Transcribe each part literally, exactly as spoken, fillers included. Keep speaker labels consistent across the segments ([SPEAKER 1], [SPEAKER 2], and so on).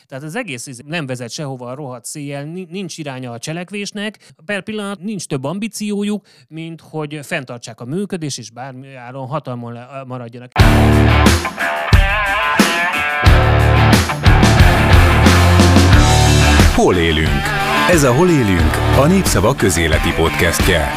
[SPEAKER 1] Tehát az egész nem vezet sehova a rohadt széjjel, nincs iránya a cselekvésnek, per pillanat nincs több ambíciójuk, mint hogy fenntartsák a működést, és bármi áron hatalmon maradjanak.
[SPEAKER 2] Hol élünk? Ez a Hol élünk, a Népszava közéleti podcastje.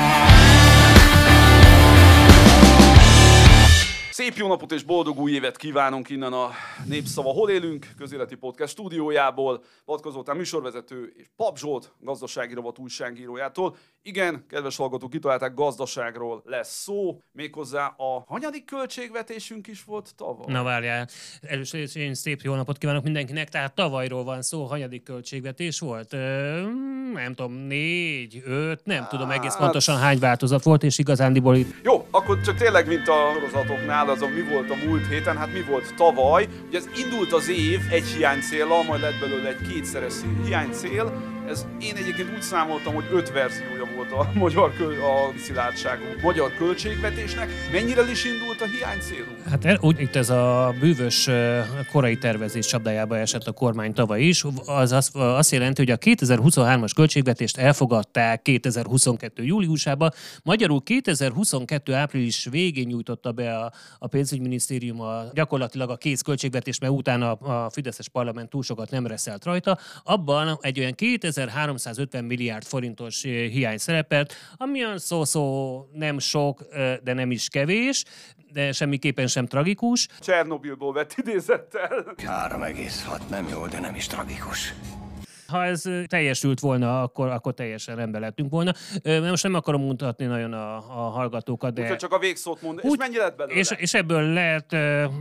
[SPEAKER 3] Szép jó napot és boldog új évet kívánunk innen a Népszava Hol élünk közéleti podcast stúdiójából, Batka Zoltán műsorvezető és Pap Zsolt gazdasági rovat újságírójától. Igen, kedves hallgatók, kitalálták, gazdaságról lesz szó, méghozzá a hanyadik költségvetésünk is volt tavaly.
[SPEAKER 1] Na várjál, először is én szép jó napot kívánok mindenkinek, tehát tavalyról van szó, hanyadik költségvetés volt? Ö, nem tudom, négy, öt, nem hát... tudom egész pontosan hány változat volt, és igazándiból itt...
[SPEAKER 3] Jó, akkor csak tényleg, mint a sorozatoknál, azon mi volt a múlt héten, hát mi volt tavaly. Ugye ez indult az év egy hiánycéllal, majd lett belőle egy kétszeres hiánycél. Ez én egyébként úgy számoltam, hogy öt verziója volt a magyar köl, a szilárdságú magyar költségvetésnek. Mennyire is indult a hiánycélunk?
[SPEAKER 1] Hát úgy, itt ez a bűvös korai tervezés csapdájába esett a kormány tavaly is. Az azt, azt jelenti, hogy a kétezer-huszonhármas költségvetést elfogadták kétezer-huszonkettő júliusában. Magyarul kétezer-huszonkettő április végén nyújtotta be a, a pénzügyminisztérium a, gyakorlatilag a kész költségvetés, mert utána a, a fideszes parlament túl sokat nem reszelt rajta. Abban egy olyan kétezer-háromszázötven milliárd forintos hiány szerepelt, ami olyan szó-szó nem sok, de nem is kevés, de semmiképpen sem tragikus.
[SPEAKER 3] Csernobilból vett idézettel.
[SPEAKER 4] három egész hat nem jó, de nem is tragikus.
[SPEAKER 1] Ha ez teljesült volna, akkor, akkor teljesen rendben lettünk volna. Most nem akarom mutatni nagyon a, a hallgatókat, de...
[SPEAKER 3] Úgyhogy csak a végszót mond. És mennyi lett belőle?
[SPEAKER 1] És, és ebből lett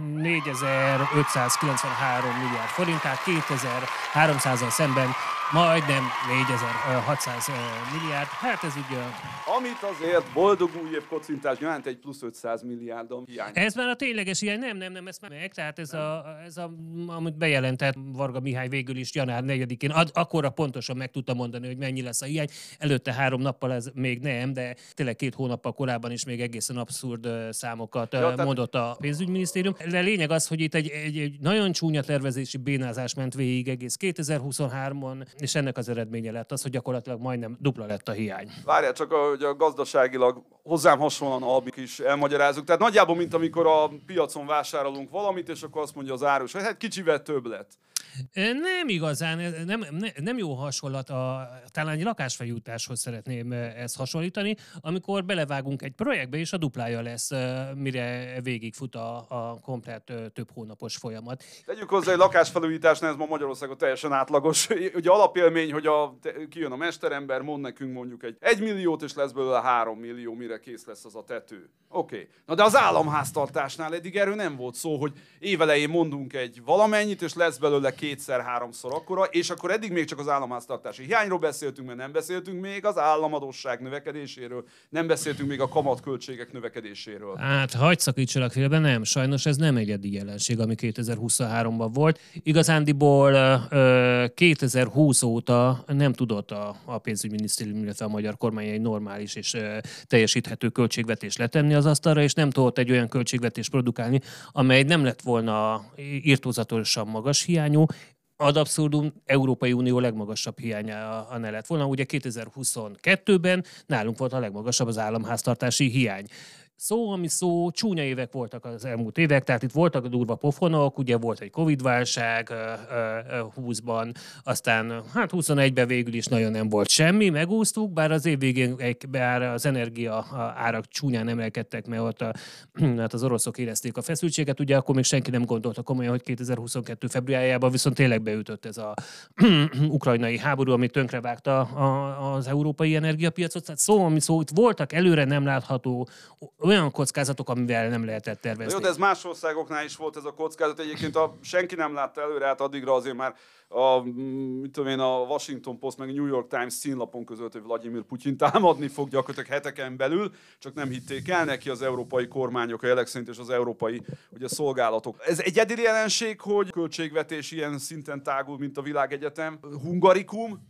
[SPEAKER 1] négyezer-ötszázkilencvenhárom milliárd forint, tehát kétezer-háromszázzal szemben majdnem négyezer-hatszáz milliárd. Hát ez így...
[SPEAKER 3] Amit azért boldog új év kocintás jelent egy plusz ötszáz milliárdom hiány.
[SPEAKER 1] Ez már a tényleges hiány, nem, nem, nem, ezt már meg. Tehát ez, a, ez a, amit bejelentett Varga Mihály végül is január negyedikén, ad, akkorra pontosan meg tudta mondani, hogy mennyi lesz a hiány. Előtte három nappal ez még nem, de tényleg két hónappal korábban is még egészen abszurd számokat ja, mondott a pénzügyminisztérium. De lényeg az, hogy itt egy, egy, egy nagyon csúnya tervezési bénázás ment végig egész kétezer-huszonháromon, és ennek az eredménye lett az, hogy gyakorlatilag majdnem dupla lett a hiány.
[SPEAKER 3] Várjál csak, hogy a gazdaságilag hozzám hasonlóan albik is elmagyarázzuk. Tehát nagyjából, mint amikor a piacon vásárolunk valamit, és akkor azt mondja az árus, hogy hát kicsivel több lett.
[SPEAKER 1] Nem igazán, nem, nem, nem jó hasonlat, a, talán egy lakásfeljutáshoz szeretném ezt hasonlítani, amikor belevágunk egy projektbe, és a duplája lesz, mire végigfut a, a komplett több hónapos folyamat.
[SPEAKER 3] Tegyük hozzá, egy lakásfelújításnál ez ma Magyarországon teljesen átlagos. Ugye alapélmény, hogy a, kijön a mesterember, mond nekünk mondjuk egy egy milliót, és lesz belőle három millió, mire kész lesz az a tető. Oké. Okay. Na de az államháztartásnál eddig erről nem volt szó, hogy évelején mondunk egy valamennyit, és lesz belőle kétszer-háromszor akkora, és akkor eddig még csak az államháztartási hiányról beszéltünk, mert nem beszéltünk még az államadósság növekedéséről, nem beszéltünk még a kamatköltségek növekedéséről.
[SPEAKER 1] Hát hagyd szakítsalak félbe, nem, sajnos ez nem egyedi jelenség, ami kétezer-huszonháromban volt. Igazándiból kétezer-húsz óta nem tudott a, a pénzügyminisztérium, illetve a magyar kormány egy normális és teljesíthető költségvetést letenni az asztalra, és nem tudott egy olyan költségvetést produkálni, amely nem lett volna irtózatosan magas hiányú. Ad abszurdum, Európai Unió legmagasabb hiánya a ne lett volna. Ugye kétezer-huszonkettőben nálunk volt a legmagasabb az államháztartási hiány. Szó, ami szó, csúnya évek voltak az elmúlt évek, tehát itt voltak a durva pofonok, ugye volt egy Covid-válság húszban, aztán hát huszonegyben végül is nagyon nem volt semmi, megúsztuk, bár az év végén bár az energia árak csúnyán emelkedtek, mert ott a, hát az oroszok érezték a feszültséget, ugye akkor még senki nem gondolta komolyan, hogy kétezer-huszonkettő februárjában viszont tényleg beütött ez a ukrajnai háború, ami tönkrevágta a, az európai energiapiacot. Tehát szó, ami szó, itt voltak előre nem látható olyan kockázatok, amivel nem lehetett tervezni.
[SPEAKER 3] Jó, de ez más országoknál is volt ez a kockázat. Egyébként a, senki nem látta előre, hát addigra azért már a, mit tudom én, a Washington Post meg a New York Times színlapon között, hogy Vladimir Putyin támadni fog gyakorlatilag heteken belül, csak nem hitték el neki az európai kormányok, a jelek szerint és az európai ugye, szolgálatok. Ez egyedi jelenség, hogy költségvetés ilyen szinten tágul, mint a világegyetem. Hungarikum,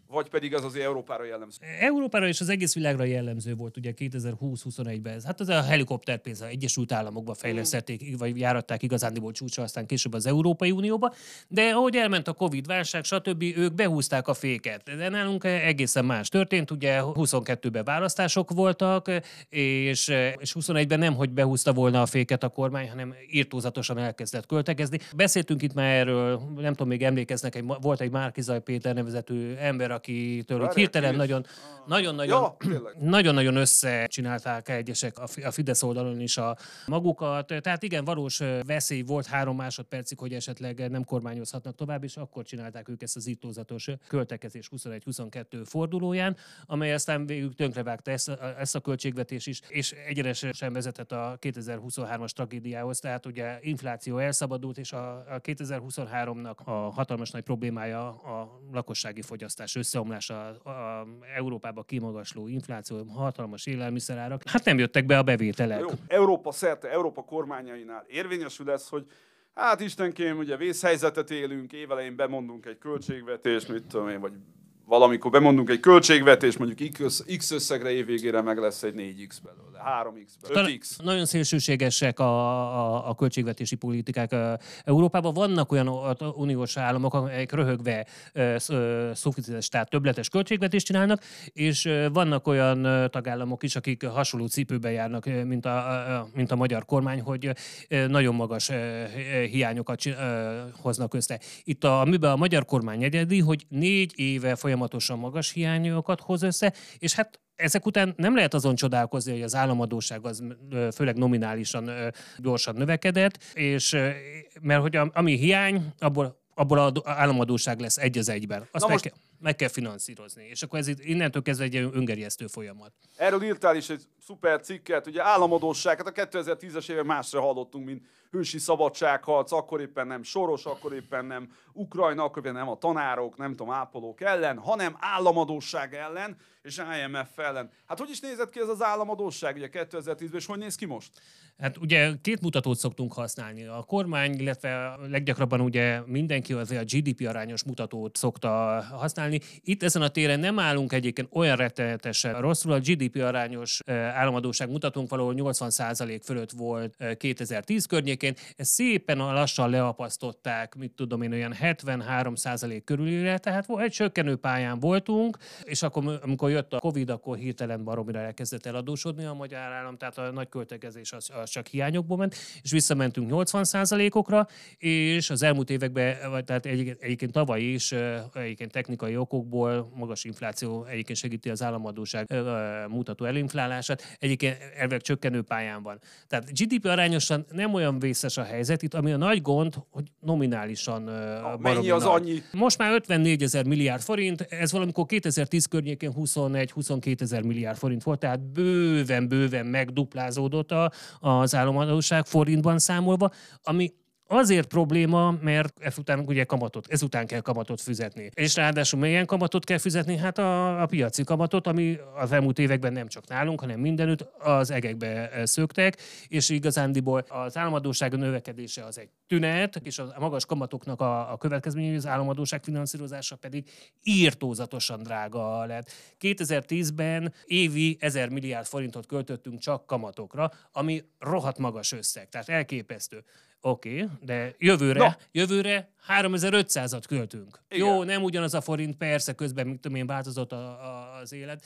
[SPEAKER 3] Vagy pedig ez azért Európára jellemző?
[SPEAKER 1] Európára és az egész világra jellemző volt ugye kétezer-húsz-huszonegyben ez. Hát az a helikopterpénz az Egyesült Államokba fejlesztették, vagy járatták igazándiból csúcsra, aztán később az Európai Unióba, de ahogy elment a Covid-válság, stb. Ők behúzták a féket. De nálunk egészen más történt, ugye huszonkettőben választások voltak, és, és huszonegyben nem, hogy behúzta volna a féket a kormány, hanem írtózatosan elkezdett költekezni. Beszéltünk itt már erről, nem tudom, még emlékeznek, egy, volt egy Márki-Zay Péter nevezetű ember, akitől hirtelen nagyon, nagyon-nagyon,
[SPEAKER 3] ja,
[SPEAKER 1] nagyon-nagyon összecsinálták egyesek a Fidesz oldalon is a magukat. Tehát igen, valós veszély volt három másodpercig, hogy esetleg nem kormányozhatnak tovább, és akkor csinálták ők ezt az írtózatos költekezés huszonegy-huszonkettő fordulóján, amely aztán végül tönkrevágta ezt a, ezt a költségvetés is, és egyenesen vezetett a kétezer-huszonhármas tragédiához. Tehát ugye infláció elszabadult, és a, a kétezer-huszonháromnak a hatalmas nagy problémája a lakossági fogyasztás összeomlása, a, a Európába kimagasló infláció, hatalmas élelmiszerárak. Hát nem jöttek be a bevételek.
[SPEAKER 3] Jó, Európa szerte, Európa kormányainál érvényesül ez, hogy hát istenkém, ugye vészhelyzetet élünk, évelején bemondunk egy költségvetést, mit tudom én, vagy valamikor bemondunk egy költségvetést, mondjuk X, X összegre évvégére meg lesz egy négy x belőle, három x belőle, öt x.
[SPEAKER 1] Nagyon szélsőségesek a, a, a költségvetési politikák Európában. Vannak olyan uniós államok, amelyek röhögve szuficites, tehát többletes költségvetést csinálnak, és vannak olyan tagállamok is, akik hasonló cipőben járnak, mint a, a, mint a magyar kormány, hogy nagyon magas hiányokat hoznak össze. Itt a, amiben a magyar kormány egyedi, hogy négy éve folyamatosan folyamatosan magas hiányokat hoz össze, és hát ezek után nem lehet azon csodálkozni, hogy az államadósság az főleg nominálisan gyorsan növekedett, és mert hogy ami hiány, abból abból az államadósság lesz egy az egyben. Azt meg, most... kell, meg kell finanszírozni. És akkor ez itt, innentől kezdve egy öngerjesztő folyamat.
[SPEAKER 3] Erről írtál is egy szuper cikket, ugye államadósság, hát a kétezer-tízes éve másra hallottunk, mint hősi szabadságharc, akkor éppen nem Soros, akkor éppen nem Ukrajna, akkor éppen nem a tanárok, nem tudom, ápolók ellen, hanem államadósság ellen, és I M F ellen. Hát hogy is nézett ki ez az államadósság ugye kétezer-tízben, és hogy néz ki most?
[SPEAKER 1] Hát ugye két mutatót szoktunk használni. A kormány, illetve leggyakrabban ugye mindenki azért a G D P arányos mutatót szokta használni. Itt ezen a téren nem állunk egyébként olyan rettenetesen rosszul. A G D P arányos államadósság mutatónk valahol nyolcvan százalék fölött volt kétezer-tíz környékén. Ezt szépen lassan leapasztották, mit tudom én, olyan hetvenhárom százalék körülire, tehát egy csökkenő pályán voltunk, és akkor, amikor jött a Covid, akkor hirtelen baromira elkezdett eladósodni a magyar állam, tehát a nagy költekezés az, az csak hiányokból ment, és visszamentünk nyolcvan százalékokra, és az elmúlt években, vagy tehát egyébként tavaly is egyébként technikai okokból magas infláció egyébként segíti az államadósság mutató elinflálását, egyébként elvileg csökkenő pályán van. Tehát G D P arányosan nem olyan vészes a helyzet, itt ami a nagy gond, hogy nominálisan
[SPEAKER 3] a, mennyi az nagy. Annyi?
[SPEAKER 1] Most már ötvennégyezer milliárd forint, ez valamikor kétezer-tíz környékén huszonegy-huszonkétezer milliárd forint volt, tehát bőven-bőven megduplázódott a, az államadósság forintban számolva, ami azért probléma, mert ezután ugye kamatot, ezután kell kamatot fizetni. És ráadásul milyen kamatot kell fizetni? Hát a, a piaci kamatot, ami az elmúlt években nem csak nálunk, hanem mindenütt az egekbe szöktek, és igazándiból az államadósság növekedése az egy tünet, és a magas kamatoknak a, a következménye, az államadósság finanszírozása pedig írtózatosan drága lett. kétezer-tízben évi ezer milliárd forintot költöttünk csak kamatokra, ami rohadt magas összeg, tehát elképesztő. Oké, okay, de jövőre, no. jövőre háromezer-ötszázat költünk. Igen. Jó, nem ugyanaz a forint, persze, közben mit tudom én, változott a, a, az élet,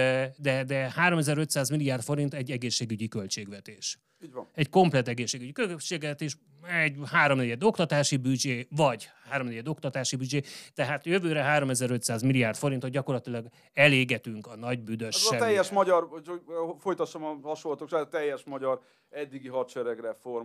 [SPEAKER 1] de, de háromezer-ötszáz milliárd forint egy egészségügyi költségvetés.
[SPEAKER 3] Így van.
[SPEAKER 1] Egy komplet egészségügyi költségvetés, egy háromnegyed oktatási büdzsé, vagy háromnegyed oktatási büdzsé, tehát jövőre háromezer-ötszáz milliárd forintot gyakorlatilag elégetünk a nagy büdös
[SPEAKER 3] semmire. Ez a teljes magyar, hogy folytassam a hasonlatok, a teljes magyar eddigi hadseregreform,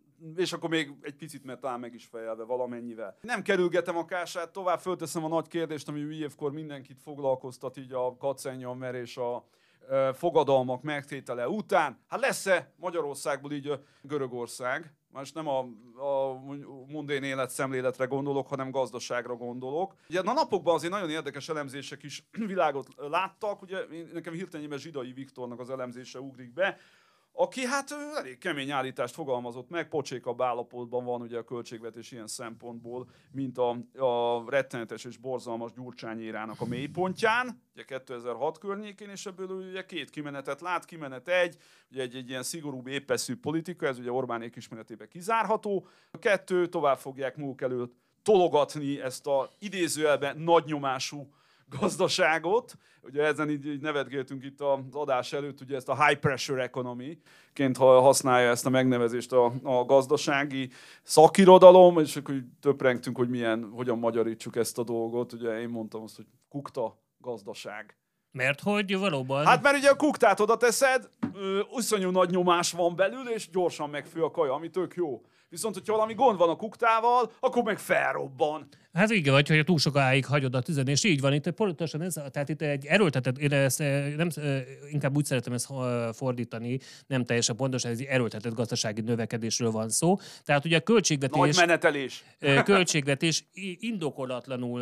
[SPEAKER 3] és akkor még egy picit, mert talán meg is fejelve valamennyivel. Nem kerülgetem a kását, tovább fölteszem a nagy kérdést, ami évkor mindenkit foglalkoztat, így a kacennyammer és a e, fogadalmak megtétele után. Hát lesz-e Magyarországból így a Görögország? Most nem a, a mundén életszemléletre gondolok, hanem gazdaságra gondolok. Ugye a napokban azért nagyon érdekes elemzések is világot láttak. Ugye nekem hirtelenjében Zsidai Viktornak az elemzése ugrik be, aki hát elég kemény állítást fogalmazott meg, pocsékabb állapotban van ugye a költségvetés ilyen szempontból, mint a, a rettenetes és borzalmas Gyurcsány érának a mélypontján, ugye kétezer-hat környékén, és ebből ugye két kimenetet lát, kimenet egy, ugye egy, egy ilyen szigorúbb, épeszű politika, ez ugye Orbánék ismeretében kizárható. A kettő, tovább fogják maguk előtt tologatni ezt a idézőjelben nagynyomású gazdaságot. Ugye ezen így, így nevetgéltünk itt az adás előtt, ugye ezt a high pressure economy-ként használja ezt a megnevezést a, a gazdasági szakirodalom, és akkor töprengtünk, hogy milyen, hogyan magyarítsuk ezt a dolgot. Ugye én mondtam azt, hogy kukta gazdaság.
[SPEAKER 1] Mert hogy valóban...
[SPEAKER 3] Hát mert ugye a kuktát oda teszed, iszonyú nagy nyomás van belül, és gyorsan megfő a kaja, ami tök jó. Viszont, hogyha valami gond van a kuktával, akkor meg felrobban.
[SPEAKER 1] Hát igen, vagy hogy túl sokáig hagyod a tüzen, és így van itt pontosan ez, tehát itt egy erőltetett, én ezt nem, inkább úgy szeretem ezt fordítani, nem teljesen pontos, ez egy erőltetett gazdasági növekedésről van szó. Tehát ugye a költségvetés...
[SPEAKER 3] Nagy menetelés.
[SPEAKER 1] Költségvetés indokolatlanul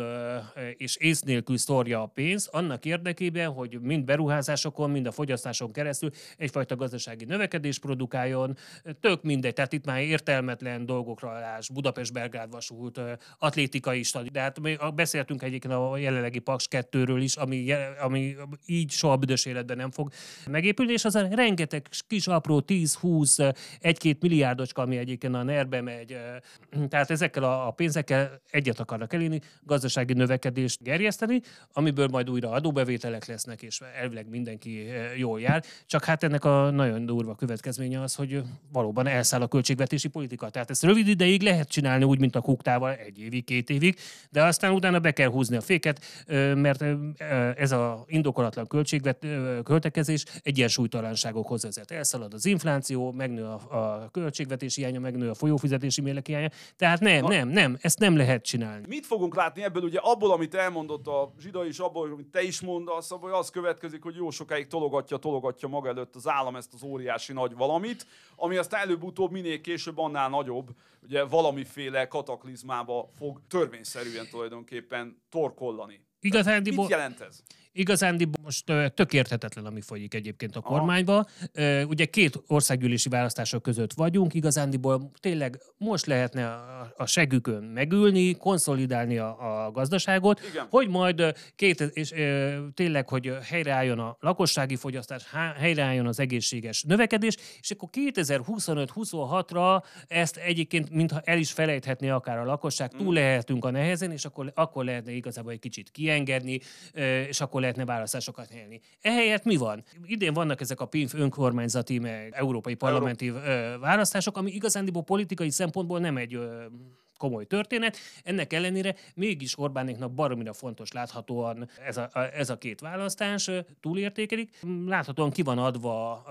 [SPEAKER 1] és ész nélkül szórja a pénzt annak érdekében, hogy mind beruházásokon, mind a fogyasztáson keresztül egyfajta gazdasági növekedés produkáljon. Tök mindegy, tehát itt már értelmetlen dolgokra állás, Budapest-Belgrád vasút, atlétikai stadion. De hát mi beszéltünk egyébként a jelenlegi Paks kettőről is, ami, ami így soha büdös életben nem fog megépülni, és az a rengeteg kis apró tíz-húsz, egy-két milliárdocska, ami egyébként a nerbe megy. Tehát ezekkel a pénzekkel egyet akarnak elérni, gazdasági növekedést gerjeszteni, amiből majd újra adóbevételek lesznek, és elvileg mindenki jól jár. Csak hát ennek a nagyon durva következménye az, hogy valóban elszáll a költségvetési politika. Tehát ezt rövid ideig lehet csinálni úgy, mint a kuktával, egy évig, két évig, de aztán utána be kell húzni a féket, mert ez az indokolatlan költségvet, költekezés egyensúlytalanságokhoz vezet. Elszalad az infláció, megnő a, a költségvetési hiánya, megnő a folyófizetési mérleg hiánya. Tehát nem, Na, nem, nem, ezt nem lehet csinálni.
[SPEAKER 3] Mit fogunk látni ebből? Ugye abból, amit elmondott a Zsida is, abból, amit te is mondasz, abból az következik, hogy jó sokáig tologatja, tologatja maga előtt az állam ezt az óriási nagy valamit, ami aztán előbb-utóbb minél később annál nagyobb, ugye valamiféle kataklizmába fog törvényszerűen tulajdonképpen torkollani.
[SPEAKER 1] Igazándiból...
[SPEAKER 3] Mit jelent ez?
[SPEAKER 1] Igazándiból most tök érthetetlen, ami folyik egyébként a kormányba. Aha. Ugye két országgyűlési választások között vagyunk, igazándiból tényleg most lehetne a segükön megülni, konszolidálni a, a gazdaságot,
[SPEAKER 3] Igen.
[SPEAKER 1] hogy majd két, és tényleg, hogy helyreálljon a lakossági fogyasztás, helyreálljon az egészséges növekedés, és akkor kétezer-huszonöt-huszonhatra ezt egyébként, mintha el is felejthetné akár a lakosság, túl lehetünk a nehezen, és akkor, akkor lehetne igazából egy kicsit kiengedni, és akkor lehetne választásokat nyerni. Ehelyett mi van? Idén vannak ezek a PINF önkormányzati, meg európai parlamenti Euró. választások, ami igazándiból politikai szempontból nem egy ö, komoly történet. Ennek ellenére mégis Orbánéknak baromira fontos láthatóan ez a, a, ez a két választás túlértékelik. Láthatóan ki van adva a,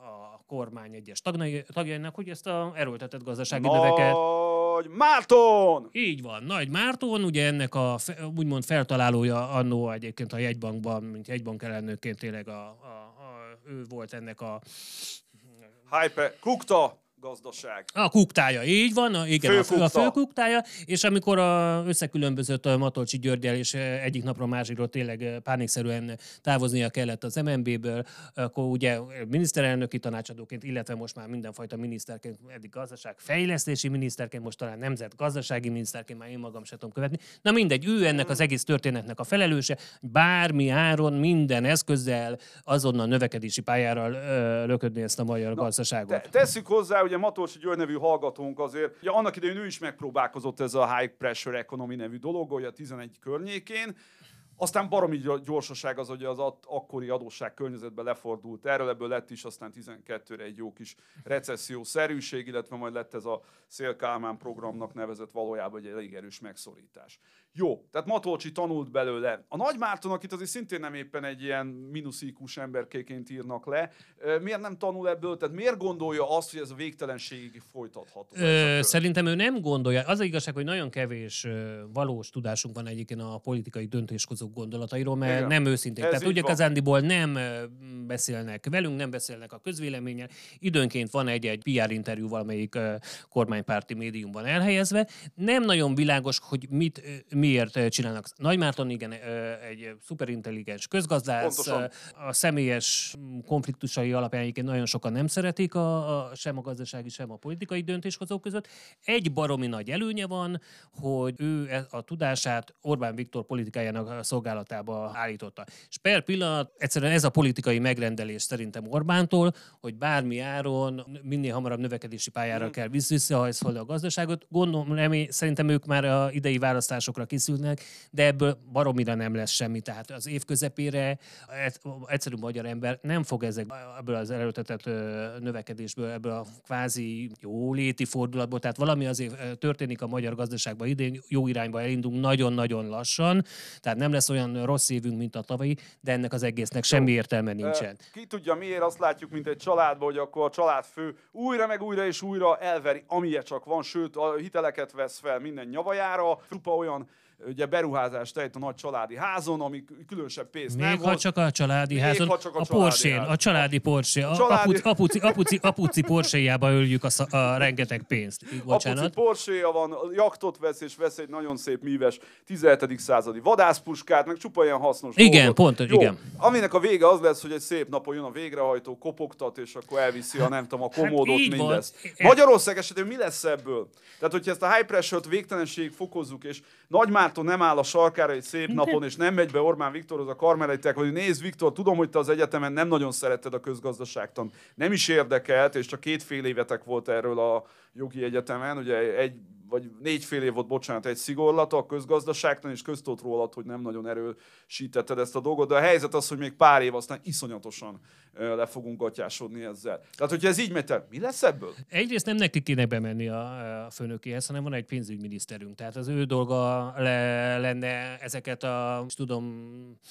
[SPEAKER 1] a kormány egyes tagjainak, hogy ezt a erőltetett gazdasági
[SPEAKER 3] Nagy
[SPEAKER 1] növeket...
[SPEAKER 3] Márton!
[SPEAKER 1] Így van, Nagy Márton, ugye ennek a úgymond feltalálója annó egyébként a jegybankban, mint jegybank elnökként tényleg a, a, a, ő volt ennek a...
[SPEAKER 3] Hype, kukta gazdaság.
[SPEAKER 1] A kuktája, így van, a, igen,
[SPEAKER 3] Főkukta.
[SPEAKER 1] a főkuktája, és amikor a, összekülönbözött a Matolcsy Györggyel, és egyik napra másikról tényleg pánikszerűen távoznia kellett az em en bé-ből, akkor ugye miniszterelnöki tanácsadóként, illetve most már mindenfajta miniszterként, eddig gazdaságfejlesztési miniszterként, most talán nemzetgazdasági miniszterként, már én magam sem tudom követni. Na mindegy, ő ennek az egész történetnek a felelőse, bármi áron, minden eszközzel azonnal növekedési pályára ö, löködni ezt a magyar Na, gazdaságot.
[SPEAKER 3] Te, tesszük hozzá, ugye Matolcsy György nevű hallgatónk azért, ugye annak idején ő is megpróbálkozott ez a high pressure economy nevű dolog, ugye a tizenegy környékén, aztán baromi gyorsaság az, hogy az akkori adósság környezetben lefordult erről, ebből lett is aztán tizenkettőre egy jó kis recessziószerűség, illetve majd lett ez a Széll Kálmán programnak nevezett valójában egy elég erős megszorítás. Jó, tehát Matolcsy tanult belőle. A Nagy Márton, akit azért szintén nem éppen egy ilyen minuszíkus emberkéként írnak le, miért nem tanul ebből? Tehát miért gondolja azt, hogy ez a végtelenségig folytatható?
[SPEAKER 1] Ö, szerintem ő nem gondolja. Az az igazság, hogy nagyon kevés valós tudásunk van egyébként a politikai döntéshozók gondolatairól, mert igen, nem őszintén. Tehát ugye igazándiból nem beszélnek velünk, nem beszélnek a közvéleménnyel. Időnként van egy-egy pé er interjú valamelyik kormánypárti médiumban elhelyezve. Nem nagyon világos, hogy mit miért csinálnak. Nagymárton igen, egy szuperintelligens közgazdász,
[SPEAKER 3] Pontosan.
[SPEAKER 1] a személyes konfliktusai alapján egyébként nagyon sokan nem szeretik a, a, sem a gazdasági, sem a politikai döntéshozók között. Egy baromi nagy előnye van, hogy ő a tudását Orbán Viktor politikájának a szolgálatába állította. És per pillanat egyszerűen ez a politikai megrendelés szerintem Orbántól, hogy bármi áron minél hamarabb növekedési pályára mm. kell visszahajszolni a gazdaságot. Gondolom, remény, szerintem ők már a idei választásokra készülnek, de ebből baromira nem lesz semmi. Tehát az év közepére egyszerű magyar ember nem fog ezek, ebből az erőltetett növekedésből, ebből a kvázi jóléti fordulatból, tehát valami azért történik a magyar gazdaságban idén, jó irányba elindulunk nagyon-nagyon lassan, tehát nem lesz olyan rossz évünk, mint a tavalyi, de ennek az egésznek semmi értelme nincsen.
[SPEAKER 3] Ki tudja miért, azt látjuk, mint egy családban, hogy akkor a családfő újra meg újra és újra elveri, amilyen csak van, sőt a hiteleket vesz fel minden nyavajára, trupa olyan ugye beruházást tett a nagy családi házon, ami különösebb pénz
[SPEAKER 1] Még
[SPEAKER 3] nem
[SPEAKER 1] ha
[SPEAKER 3] volt.
[SPEAKER 1] csak a családi
[SPEAKER 3] Még
[SPEAKER 1] házon,
[SPEAKER 3] ha csak a
[SPEAKER 1] a
[SPEAKER 3] családi
[SPEAKER 1] Porsche-n,
[SPEAKER 3] ház.
[SPEAKER 1] a családi Porsche, a
[SPEAKER 3] családi-
[SPEAKER 1] apuci, apuci, apuci, apuci Porsche-jába öljük a, sz- a rengeteg pénzt.
[SPEAKER 3] Apuci
[SPEAKER 1] Bocsánat.
[SPEAKER 3] Porsche-ja van, jaktot vesz, és vesz egy nagyon szép míves tizenhetedik századi vadászpuskát, meg csupa ilyen hasznos
[SPEAKER 1] Igen,
[SPEAKER 3] dolgot.
[SPEAKER 1] pontos,
[SPEAKER 3] Jó,
[SPEAKER 1] igen.
[SPEAKER 3] Aminek a vége az lesz, hogy egy szép napon jön a végrehajtó, kopogtat, és akkor elviszi a nem tudom, a komódot,
[SPEAKER 1] így van.
[SPEAKER 3] mindezt.
[SPEAKER 1] E-
[SPEAKER 3] Magyarország esetén mi lesz ebből? Tehát, hogyha ezt a high pressure-t végtelenségig fokozzuk, és Nagymárton nem áll a sarkára egy szép napon, és nem megy be Orbán Viktorhoz a karmelitták, hogy nézd Viktor, tudom, hogy te az egyetemen nem nagyon szeretted a közgazdaságtan, nem is érdekelt, és csak két fél évetek volt erről a jogi egyetemen, ugye egy vagy négy fél év volt, bocsánat, egy szigorlata a közgazdaságtan, és köztudott rólad, hogy nem nagyon erősítetted ezt a dolgot, de a helyzet az, hogy még pár év, aztán iszonyatosan le fogunk gatyásodni ezzel. Tehát, hogyha ez így megy, te, mi lesz ebből?
[SPEAKER 1] Egyrészt nem neki kéne bemenni a, a főnökéhez, hanem van egy pénzügyminiszterünk. Tehát az ő dolga le, lenne ezeket a, tudom,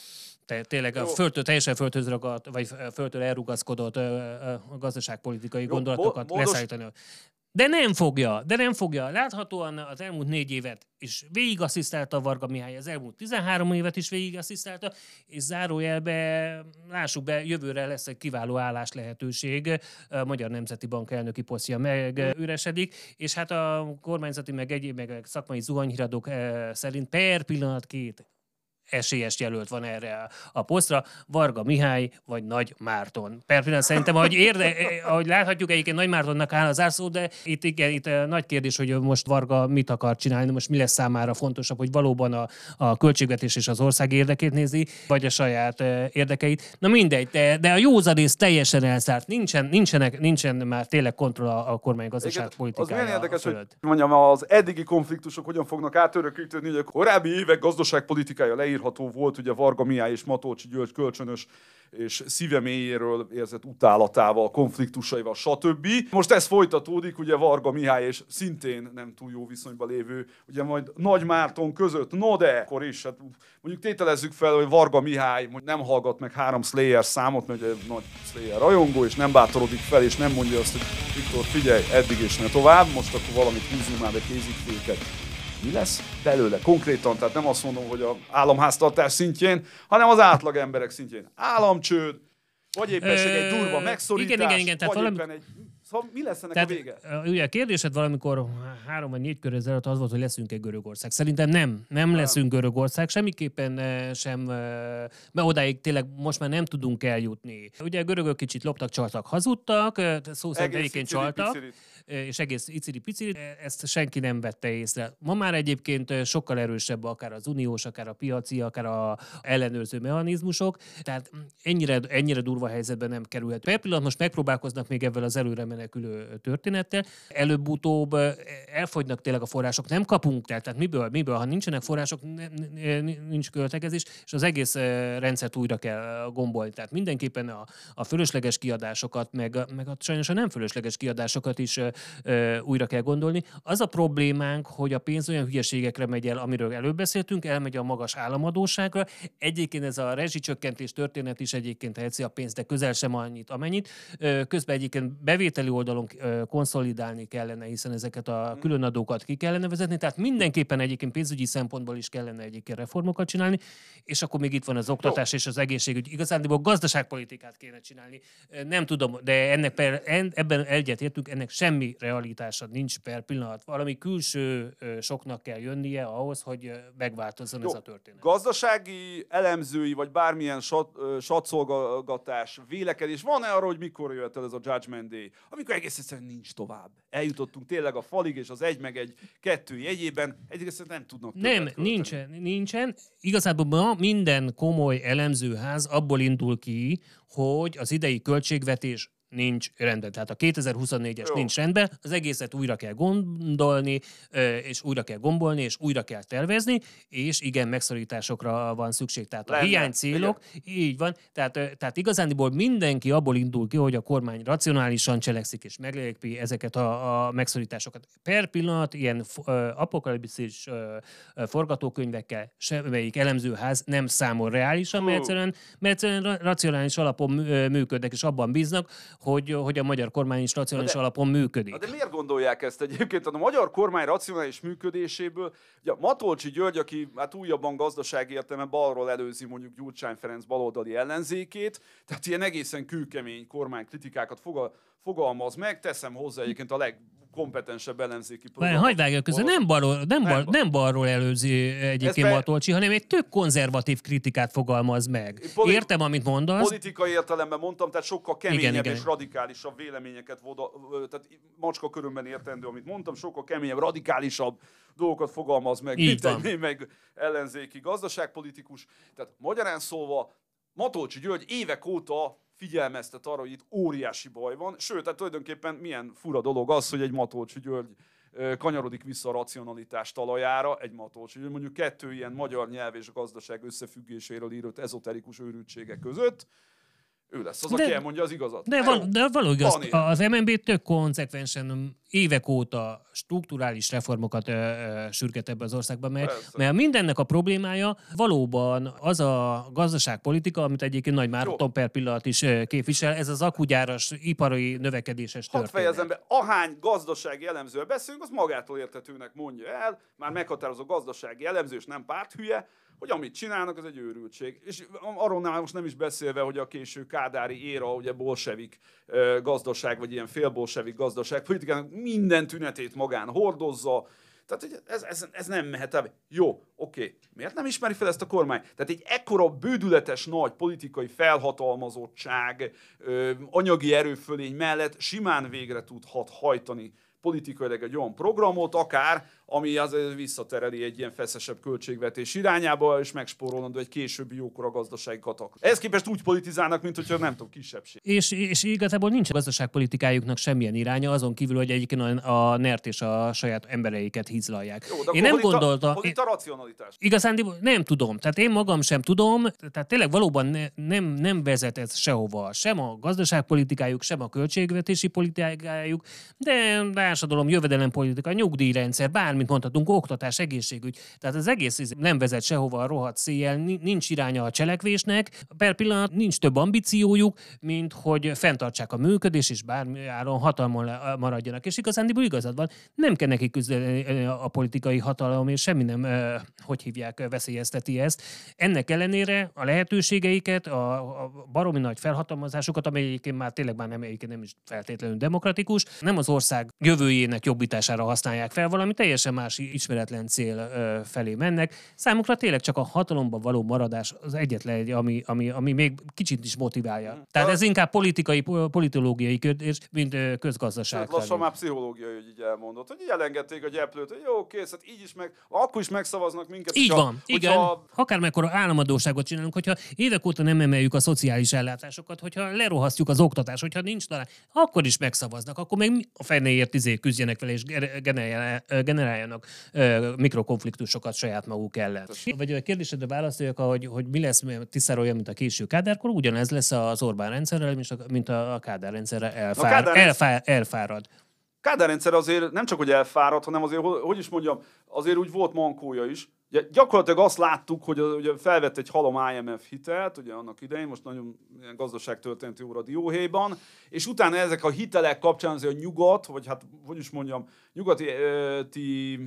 [SPEAKER 1] te, tényleg a földtől, teljesen földhöz ragadt, vagy földtől elrugaszkodott ö, ö, gazdaságpolitikai
[SPEAKER 3] Jó,
[SPEAKER 1] gondolatokat
[SPEAKER 3] módos...
[SPEAKER 1] leszállítani. De nem fogja, de nem fogja. Láthatóan az elmúlt négy évet is végigasszisztálta Varga Mihály, az elmúlt tizenhárom évet is végigasszisztálta, és zárójelbe, lássuk be, jövőre lesz egy kiváló állás lehetőség, a Magyar Nemzeti Bank elnöki posztja megüresedik, és hát a kormányzati meg egyéb meg szakmai zuhanyhíradók szerint per pillanat két esélyes jelölt van erre a posztra, Varga Mihály vagy Nagy Márton. Per pillanat szerintem, ahogy, érde, ahogy láthatjuk, egyébként Nagy Mártonnak áll az zárszó, de itt, igen, itt nagy kérdés, hogy most Varga mit akar csinálni, most mi lesz számára fontosabb, hogy valóban a, a költségvetés és az ország érdekét nézi, vagy a saját érdekeit. Na mindegy, de, de a józanész teljesen elszárt. Nincsen, nincsenek, nincsen már tényleg kontroll a, a kormány gazdaságpolitikája.
[SPEAKER 3] Az milyen érdekes, hogy
[SPEAKER 1] fölött.
[SPEAKER 3] mondjam, az eddigi konfliktusok hogyan fognak átörökítődni, hogy a korábbi évek gazdaságpolitikája leírható volt, ugye Varga Mihály és Matolcsy György kölcsönös és szíve mélyéről érzett utálatával, konfliktusaival, stb. Most ez folytatódik, ugye Varga Mihály és szintén nem túl jó viszonyban lévő, ugye majd Nagy Márton között, no de, akkor is, hát mondjuk tételezzük fel, hogy Varga Mihály nem hallgat meg három Slayer számot, mert ugye nagy Slayer rajongó, és nem bátorodik fel, és nem mondja azt, hogy Viktor, figyelj, eddig és ne tovább, most akkor valamit húzzunk már be kézikféket. Mi lesz belőle konkrétan? Tehát nem azt mondom, hogy az államháztartás szintjén, hanem az átlag emberek szintjén. Államcsőd, vagy éppenség egy durva megszorítás,
[SPEAKER 1] igen, igen, igen, tehát
[SPEAKER 3] vagy
[SPEAKER 1] valami...
[SPEAKER 3] éppen egy... Szóval mi lesz ennek
[SPEAKER 1] tehát,
[SPEAKER 3] a vége?
[SPEAKER 1] Ugye a kérdésed valamikor három vagy négy körül ezelőtt az volt, hogy leszünk egy Görögország. Szerintem nem. Nem leszünk Görögország. Semmiképpen sem, mert odáig tényleg most már nem tudunk eljutni. Ugye a görögök kicsit loptak, csaltak, hazudtak, szó szerint egyébként csaltak. Picirit. És egész iciri-piciri, ezt senki nem vette észre. Ma már egyébként sokkal erősebb akár az uniós, akár a piaci, akár a ellenőrző mechanizmusok, tehát ennyire, ennyire durva helyzetben nem kerülhet. Per pillanat most megpróbálkoznak még ebben az előre menekülő történettel. Előbb-utóbb elfogynak tényleg a források, nem kapunk, tehát miből, miből, ha nincsenek források, nincs költekezés, és az egész rendszert újra kell gombolni. Tehát mindenképpen a, a fölösleges kiadásokat, meg, meg a, sajnos a nem fölösleges kiadásokat is újra kell gondolni. Az a problémánk, hogy a pénz olyan hülyeségekre megy el, amiről előbb beszéltünk, elmegy a magas államadósságra. Egyébként ez a rezsicsökkentés történet is egyébként helyezi a pénzt, de közel sem annyit, amennyit. Közben egyébként bevételi bevételi oldalon konszolidálni kellene, hiszen ezeket a különadókat ki kellene vezetni, tehát mindenképpen egyébként pénzügyi szempontból is kellene egyébként reformokat csinálni, és akkor még itt van az oktatás Jó. és az egészségügy. Igazándiból gazdaságpolitikát kéne csinálni. Nem tudom, de ennek per, ebben egyetértünk, ennek semmi realitása nincs per pillanat. Valami külső soknak kell jönnie ahhoz, hogy megváltozzon Jó. ez a történet.
[SPEAKER 3] Gazdasági elemzői, vagy bármilyen satszolgatás, vélekedés van-e arra, hogy mikor jött el ez a Judgment Day? Amikor egész egyszerűen nincs tovább. Eljutottunk tényleg a falig, és az egy meg egy kettő jegyében egyrészt nem tudnak
[SPEAKER 1] Nem, nincsen, nincsen. Igazából ma minden komoly elemzőház abból indul ki, hogy az idei költségvetés nincs rendben. Tehát a kétezer-huszonnégyes Jó. nincs rendben, az egészet újra kell gondolni, és újra kell gombolni, és újra kell tervezni, és igen, megszorításokra van szükség. Tehát Lenne. a hiánycélok, így van, tehát, tehát igazándiból mindenki abból indul ki, hogy a kormány racionálisan cselekszik, és meglépi ezeket a, a megszorításokat. Per pillanat ilyen apokalipszis forgatókönyvekkel semmelyik elemzőház nem számol reálisan, mert egyszerűen, mert egyszerűen racionális alapon működnek, és abban bíznak, Hogy, hogy a magyar kormány is racionális de, alapon működik.
[SPEAKER 3] De miért gondolják ezt egyébként? A magyar kormány racionális működéséből, ugye Matolcsy György, aki hát újabban gazdasági értelemben balról előzi mondjuk Gyurcsány Ferenc baloldali ellenzékét, tehát ilyen egészen kőkemény kormánykritikákat fogal, fogalmaz meg, teszem hozzá egyébként a leg kompetensebb ellenzéki program.
[SPEAKER 1] Hagyd vágja közben, nem balról, nem, bal, nem balról előzi egyébként Matolcsy, hanem egy tök konzervatív kritikát fogalmaz meg. Poli- Értem, amit mondasz.
[SPEAKER 3] Politikai értelemben mondtam, tehát sokkal keményebb igen, és igen. radikálisabb véleményeket, voda, tehát macska körömben értendő, amit mondtam, sokkal keményebb, radikálisabb dolgokat fogalmaz meg, mint egy meg ellenzéki gazdaságpolitikus. Tehát magyarán szólva, Matolcsy György évek óta figyelmeztet arra, hogy itt óriási baj van. Sőt, tehát tulajdonképpen milyen fura dolog az, hogy egy Matolcsy György kanyarodik vissza a racionalitás talajára, egy Matolcsy György, mondjuk kettő ilyen magyar nyelv és gazdaság összefüggéséről írott ezoterikus őrültségek között. Ő lesz az, de, aki elmondja az igazat.
[SPEAKER 1] De, val- de való igaz, az em en bé tök konzekvensen évek óta strukturális reformokat ö, ö, sürget ebbe az országba, mert, mert mindennek a problémája valóban az a gazdaságpolitika, amit egyébként Nagy Márton per pillanat is képvisel, ez az akugyáras, ipari növekedéses történet.
[SPEAKER 3] Hadd fejezem be, ahány gazdasági elemzőről beszélünk, az magától értetőnek mondja el, már meghatározó gazdasági elemző, és nem párthülye, hogy amit csinálnak, az egy őrültség. És arról már most nem is beszélve, hogy a késő kádári éra, ugye bolsevik gazdaság, vagy ilyen félbolsevik gazdaság politikának minden tünetét magán hordozza. Tehát ez, ez, ez nem mehet el. Jó, oké. Miért nem ismeri fel ezt a kormány? Tehát egy ekkora bődületes nagy politikai felhatalmazottság, anyagi erőfölény mellett simán végre tudhat hajtani politikailag egy olyan programot, akár, ami azért visszatereli egy ilyen feszesebb költségvetés irányába, és megspórolandó egy későbbi jókora gazdasági katak. Ehhez képest úgy politizálnak, mint hogyha nem tudom, kisebbség.
[SPEAKER 1] És, és igazából nincs a gazdaságpolitikájuknak semmilyen iránya, azon kívül, hogy egyébként a, a nert és a saját embereiket hízlalják.
[SPEAKER 3] Jó, én nem gondoltam. Hol itt a racionalitás?
[SPEAKER 1] Igazán nem tudom. Tehát én magam sem tudom. Tehát tényleg valóban ne, nem, nem vezet ez sehova. Sem a gazdaságpolitikájuk, sem a költségvetési politikájuk, de társadalom, jövedelempolitika, nyugdíjrendszer, bármit mondhatunk, oktatás, egészségügy. Tehát az egész nem vezet sehova a rohadt széjjel, nincs iránya a cselekvésnek, per pillanat nincs több ambíciójuk, mint hogy fenntartsák a működés, és bármilyen hatalmon maradjanak. És igazándiból igazad van, nem kell nekik küzdeni a politikai hatalom, és semmi nem, hogy hívják, veszélyezteti ezt. Ennek ellenére a lehetőségeiket, a, a baromi nagy felhatalmazásokat, amely egyébként már tényleg már nem, nem is feltétlenül demokratikus, nem az ország jövőjének jobbítására használják fel, valami teljesen más ismeretlen cél felé mennek. Számukra tényleg csak a hatalomban való maradás az egyetlen, ami, ami, ami még kicsit is motiválja. Hmm. Tehát ez inkább politikai, politológiai kérdés, mint közgazdaság.
[SPEAKER 3] Lassan már pszichológiai, hogy így elmondott, hogy így elengedték a gyeplőt, hogy jó, kész, hát így is meg, akkor is megszavaznak minket.
[SPEAKER 1] Így van, a, igen. Hogyha... Akármekkora államadósságot csinálunk, hogyha évek óta nem emeljük a szociális ellátásokat, hogyha lerohasztjuk az oktatást, hogyha nincs talán, akkor is megszavaznak, akkor meg a fenéért izé küzdjenek vele, és generáljanak mikrokonfliktusokat saját maguk ellen. Vagy a kérdésedre válaszoljak, hogy, hogy mi lesz Tiszára olyan, mint a késő Kádárkor, ugyanez lesz az Orbán rendszerrel, mint a Kádár rendszerrel elfár, Kádár elfár, elfárad.
[SPEAKER 3] Kádár rendszer azért nem csak, hogy elfárad, hanem azért, hogy is mondjam, azért úgy volt mankója is, Ugye, gyakorlatilag azt láttuk, hogy ugye felvett egy halom I M F hitelt, ugye annak idején, most nagyon ilyen gazdaságtörténeti óra dióhéjban, és utána ezek a hitelek kapcsán azért a nyugat, vagy hát, hogy is mondjam, nyugati ö, ti,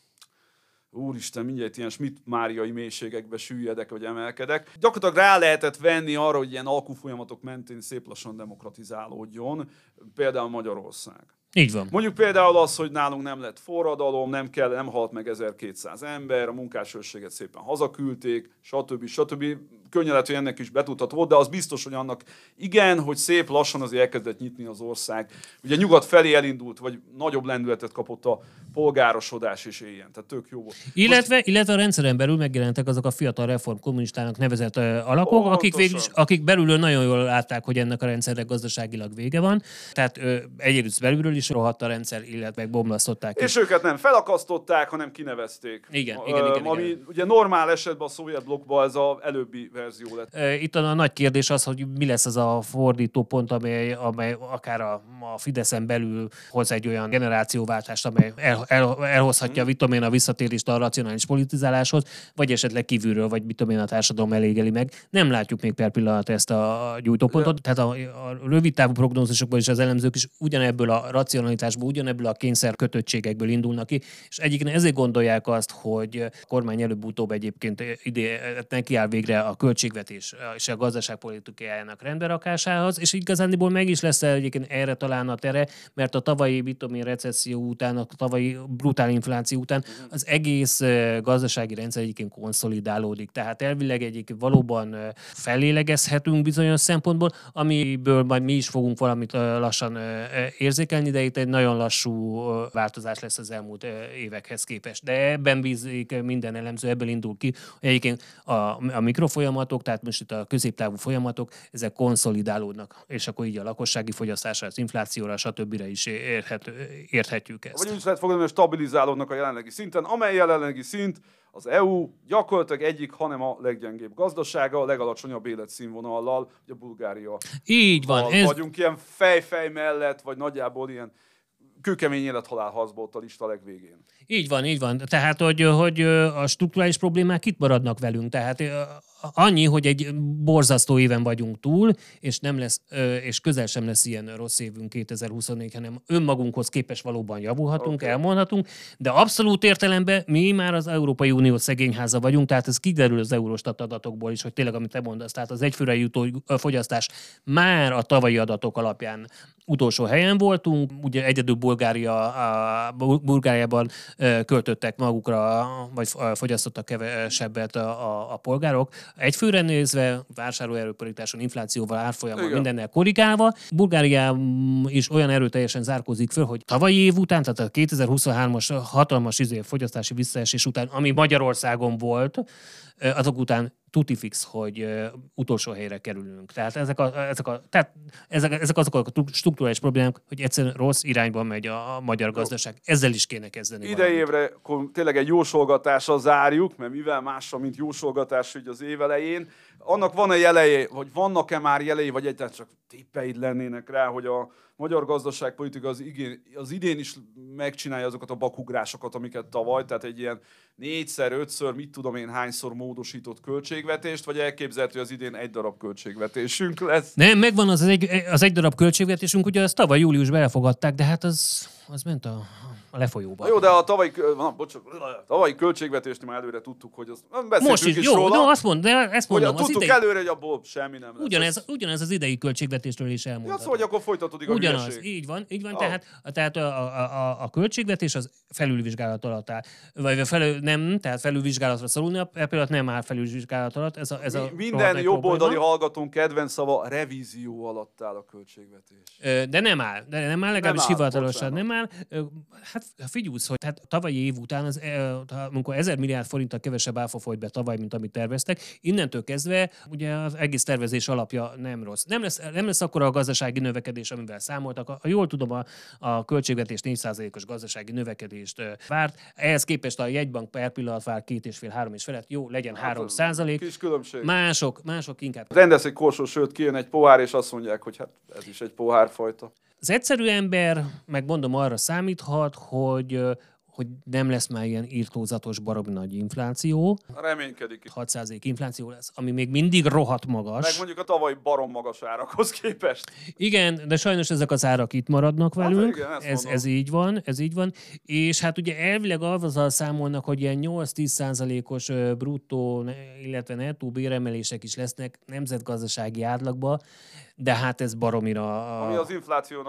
[SPEAKER 3] úristen, mindjárt ilyen Schmidt-Máriai mélységekbe süllyedek, vagy emelkedek. Gyakorlatilag rá lehetett venni arra, hogy ilyen alkufolyamatok mentén szép lassan demokratizálódjon, például Magyarország.
[SPEAKER 1] Így van.
[SPEAKER 3] Mondjuk például az, hogy nálunk nem lett forradalom, nem kell, nem halt meg ezerkétszáz ember, a munkásőrséget szépen hazaküldték, stb. stb. Könnyen lehet, hogy ennek is betudhat volt, de az biztos, hogy annak igen, hogy szép lassan azért elkezdett nyitni az ország. Ugye nyugat felé elindult, vagy nagyobb lendületet kapott a polgárosodás és éljen. Tehát tök jó volt.
[SPEAKER 1] Illetve, Most... illetve a rendszeren belül megjelentek azok a fiatal reform kommunistának nevezett uh, alakok,
[SPEAKER 3] Pontosan.
[SPEAKER 1] akik, végül, akik belülről nagyon jól látták, hogy ennek a rendszernek gazdaságilag vége van. Tehát uh, egyrészt belülről is rohadt a rendszer, illetve megbomlasztották.
[SPEAKER 3] És is. Őket nem felakasztották, hanem kinevezték.
[SPEAKER 1] Igen,
[SPEAKER 3] uh,
[SPEAKER 1] igen, igen.
[SPEAKER 3] Ami
[SPEAKER 1] igen.
[SPEAKER 3] ugye normál esetben a szovjet blokkban ez az előbbi verzió lett.
[SPEAKER 1] Uh, itt a, a nagy kérdés az, hogy mi lesz az a fordító pont, amely, amely akár a, a Fideszen belül hoz egy olyan generációváltást, amely el, el, elhozhatja, hmm. mit tudom én, a visszatérést a racionális politizáláshoz, vagy esetleg kívülről, vagy mit tudom én, a társadalom elégeli meg. Nem látjuk még per pillanat ezt a gyújtópontot. Tehát a, a rövid távú prognózisokban is az elemzők is ugyanebből a racionalitásból, ugyanebből a kényszer kötöttségekből indulnak ki, és egyébként ezért gondolják azt, hogy a kormány előbb-utóbb egyébként ide nekiáll végre a költségvetés és a gazdaságpolitikájának rendberakásához, és igazándiból meg is lesz egyébként erre talán a tere, mert a tavalyi, mit tudom én, recesszió után, a tavalyi brutál infláció után az egész gazdasági rendszer egyébként konszolidálódik. Tehát elvileg egyébként valóban fellélegezhetünk bizonyos szempontból, amiből majd mi is fogunk valamit lassan érzékelni, de itt egy nagyon lassú változás lesz az elmúlt évekhez képest. De ebben bízik minden elemző, ebből indul ki, hogy egyébként a, a mikrofolyamatok, tehát most itt a középtávú folyamatok, ezek konszolidálódnak, és akkor így a lakossági fogyasztásra, az inflációra, stb. Is érhet, érthetjük ezt.
[SPEAKER 3] Vagy úgy lehet fogadni, hogy stabilizálódnak a jelenlegi szinten, amely jelenlegi szint az é u gyakorlatilag egyik, hanem a leggyengébb gazdasága, a legalacsonyabb életszínvonallal, ugye Bulgária.
[SPEAKER 1] Így van.
[SPEAKER 3] Ez... Vagyunk ilyen fej-fej mellett, vagy nagyjából ilyen kőkemény élethalál harcba ott a lista legvégén.
[SPEAKER 1] Így van, így van. Tehát, hogy, hogy a strukturális problémák itt maradnak velünk. Tehát annyi, hogy egy borzasztó éven vagyunk túl, és nem lesz, és közel sem lesz ilyen rossz évünk kétezer-huszonnégy, hanem önmagunkhoz képes valóban javulhatunk, okay. elmondhatunk, de abszolút értelemben mi már az Európai Unió szegényháza vagyunk, tehát ez kiderül az Eurostat adatokból is, hogy tényleg, amit te mondasz, tehát az egyfőre jutó fogyasztás már a tavalyi adatok alapján utolsó helyen voltunk, ugye egyedül Bulgária, a Bulgáriában költöttek magukra, vagy fogyasztottak kevesebbet a, a, a polgárok. Egyfőre nézve, vásárlóerőparításon, inflációval, árfolyammal, mindennel korrigálva, Bulgária is olyan erőteljesen zárkózik föl, hogy tavalyi év után, tehát a kétezer-huszonhármas hatalmas izé, fogyasztási visszaesés után, ami Magyarországon volt, azok után tutifix, hogy uh, utolsó helyre kerülünk. Tehát ezek, a, ezek, a, tehát ezek, ezek azok a strukturális problémák, hogy egyszerűen rossz irányban megy a, a magyar gazdaság. Ezzel is kéne kezdeni.
[SPEAKER 3] Idejévre tényleg egy jósolgatással zárjuk, mert mivel mással, mint jósolgatás hogy az év elején. Annak van-e jelei, vagy vannak-e már jelei, vagy egyáltalán csak tippeid lennének rá, hogy a magyar gazdaságpolitika az, igén, az idén is megcsinálja azokat a bakugrásokat, amiket tavaly, tehát egy ilyen négyszer, ötször, mit tudom én, hányszor módosított költségvetést, vagy elképzelhető, hogy az idén egy darab költségvetésünk lesz?
[SPEAKER 1] Nem, megvan az egy, az egy darab költségvetésünk, ugye azt tavaly júliusban elfogadták, de hát az, az ment a, a lefolyóba.
[SPEAKER 3] Na jó, de a tavalyi, na, bocsánat, a tavalyi költségvetést már előre tudtuk, hogy az
[SPEAKER 1] most is, is jó, róla, no, azt mond, de ezt mondom.
[SPEAKER 3] Hogy tudtuk
[SPEAKER 1] idei...
[SPEAKER 3] előre, hogy abból semmi nem lesz.
[SPEAKER 1] Ugyanez, ugyanez az idei költségvetésről is elmondható.
[SPEAKER 3] Ja, szóval, hogy akkor folytatódik a
[SPEAKER 1] ugyanaz,
[SPEAKER 3] hülyeség.
[SPEAKER 1] így van, így van,
[SPEAKER 3] oh.
[SPEAKER 1] tehát, tehát a, a, a, a költségvetés az felülvizsgálat alatt áll. Vagy felül, nem, tehát felülvizsgálatra szorulni, például nem áll felülvizsgálat alatt. Ez a, ez a
[SPEAKER 3] minden jobboldali hallgatónk kedvenc szava, revízió alatt áll a költségvetés.
[SPEAKER 1] De nem áll, de nem áll, legalábbis hivatalosan nem áll. Hát figyelsz, hogy tehát tavalyi év után, az, amikor ezer milliárd forinttal kevesebb áfa folyt be tavaly, mint amit terveztek, innentől kezdve ugye az egész tervezés alapja nem rossz. Nem lesz, nem lesz akkora a gazdasági növekedés, amivel számoltak. Ha jól tudom, a, a költségvetés négy százalékos gazdasági növekedést várt. Ehhez képest a jegybank per pillanat vár két és fél, három és felett. Jó, legyen hát három százalék.
[SPEAKER 3] Kis különbség.
[SPEAKER 1] Mások, mások inkább.
[SPEAKER 3] Rendez egy korsó sőt, kijön egy pohár, és azt mondják, hogy hát ez is egy pohárfajta.
[SPEAKER 1] Az egyszerű ember, meg mondom, arra számíthat, hogy hogy nem lesz már ilyen irtózatos baromi nagy infláció.
[SPEAKER 3] Reménykedik.
[SPEAKER 1] hat százalék infláció lesz, ami még mindig rohadt magas.
[SPEAKER 3] Meg mondjuk a tavalyi barom magas árakhoz képest.
[SPEAKER 1] Igen, de sajnos ezek az árak itt maradnak velünk.
[SPEAKER 3] Hát igen,
[SPEAKER 1] ez, ez így van, ez így van. És hát ugye elvileg azzal számolnak, hogy ilyen nyolc-tíz százalékos bruttó, illetve nettó béremelések is lesznek nemzetgazdasági átlagba, de hát ez baromira...
[SPEAKER 3] Ami az inflációnak...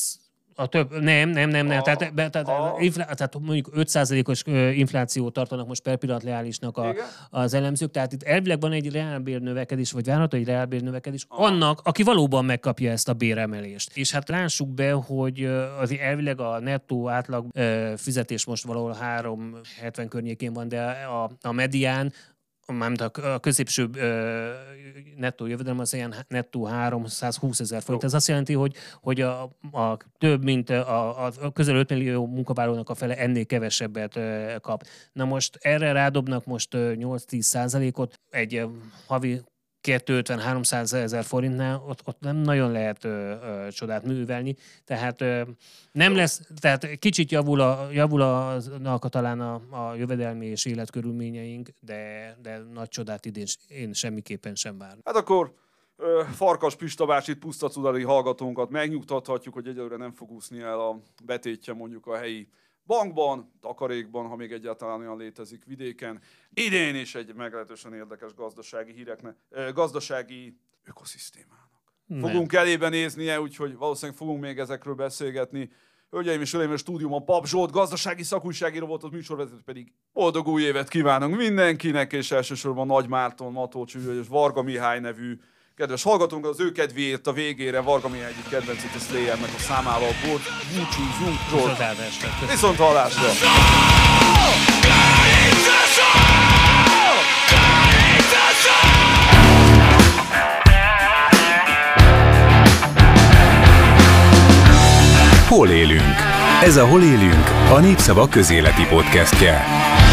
[SPEAKER 1] A több, nem, nem, nem, nem.
[SPEAKER 3] A,
[SPEAKER 1] tehát, be, tehát,
[SPEAKER 3] a,
[SPEAKER 1] inflá, tehát mondjuk öt százalékos inflációt tartanak most per pillanat reálisnak a, az elemzők, tehát itt elvileg van egy reálbérnövekedés, vagy várható egy reálbérnövekedés annak, aki valóban megkapja ezt a béremelést. És hát lássuk be, hogy az elvileg a nettó átlag fizetés most valahol három hetven környékén van, de a, a medián, mármint a középső ö, nettó jövedelem az ilyen nettó háromszázhúszezer forint. Ez azt jelenti, hogy, hogy a, a több, mint a, a közel öt millió munkavállalónak a fele ennél kevesebbet ö, kap. Na most erre rádobnak most nyolc-tíz százalékot egy ö, havi kétszázötven-háromszázezer forintnál, ott, ott nem nagyon lehet ö, ö, csodát művelni, tehát ö, nem lesz, tehát kicsit javul, a, javul a, a, talán a, a jövedelmi és életkörülményeink, de, de nagy csodát idén én semmiképpen sem várom.
[SPEAKER 3] Hát akkor ö, Farkas Pista bácsit, pusztacudari hallgatónkat megnyugtathatjuk, hogy egyelőre nem fog úszni el a betétje mondjuk a helyi bankban, takarékban, ha még egyáltalán olyan létezik vidéken. Idén is egy meglehetősen érdekes gazdasági híreknek, gazdasági ökoszisztémának. Nem. Fogunk elébe néznie, úgyhogy valószínűleg fogunk még ezekről beszélgetni. Hölgyeim és uraim, a stúdiumban Pap Zsolt, gazdasági szakújságíró volt, az műsorvezető pedig boldog új évet kívánunk mindenkinek, és elsősorban Nagy Márton, Matolcsy és Varga Mihály nevű kedves hallgatónk, az ő kedvéért a végére Varga Mihály egyik kedvencét, a Slayernek a számával búcsúzunk. Zsolt. Viszont hallásra!
[SPEAKER 2] Hol élünk? Ez a Hol élünk, a Népszava közéleti podcastje.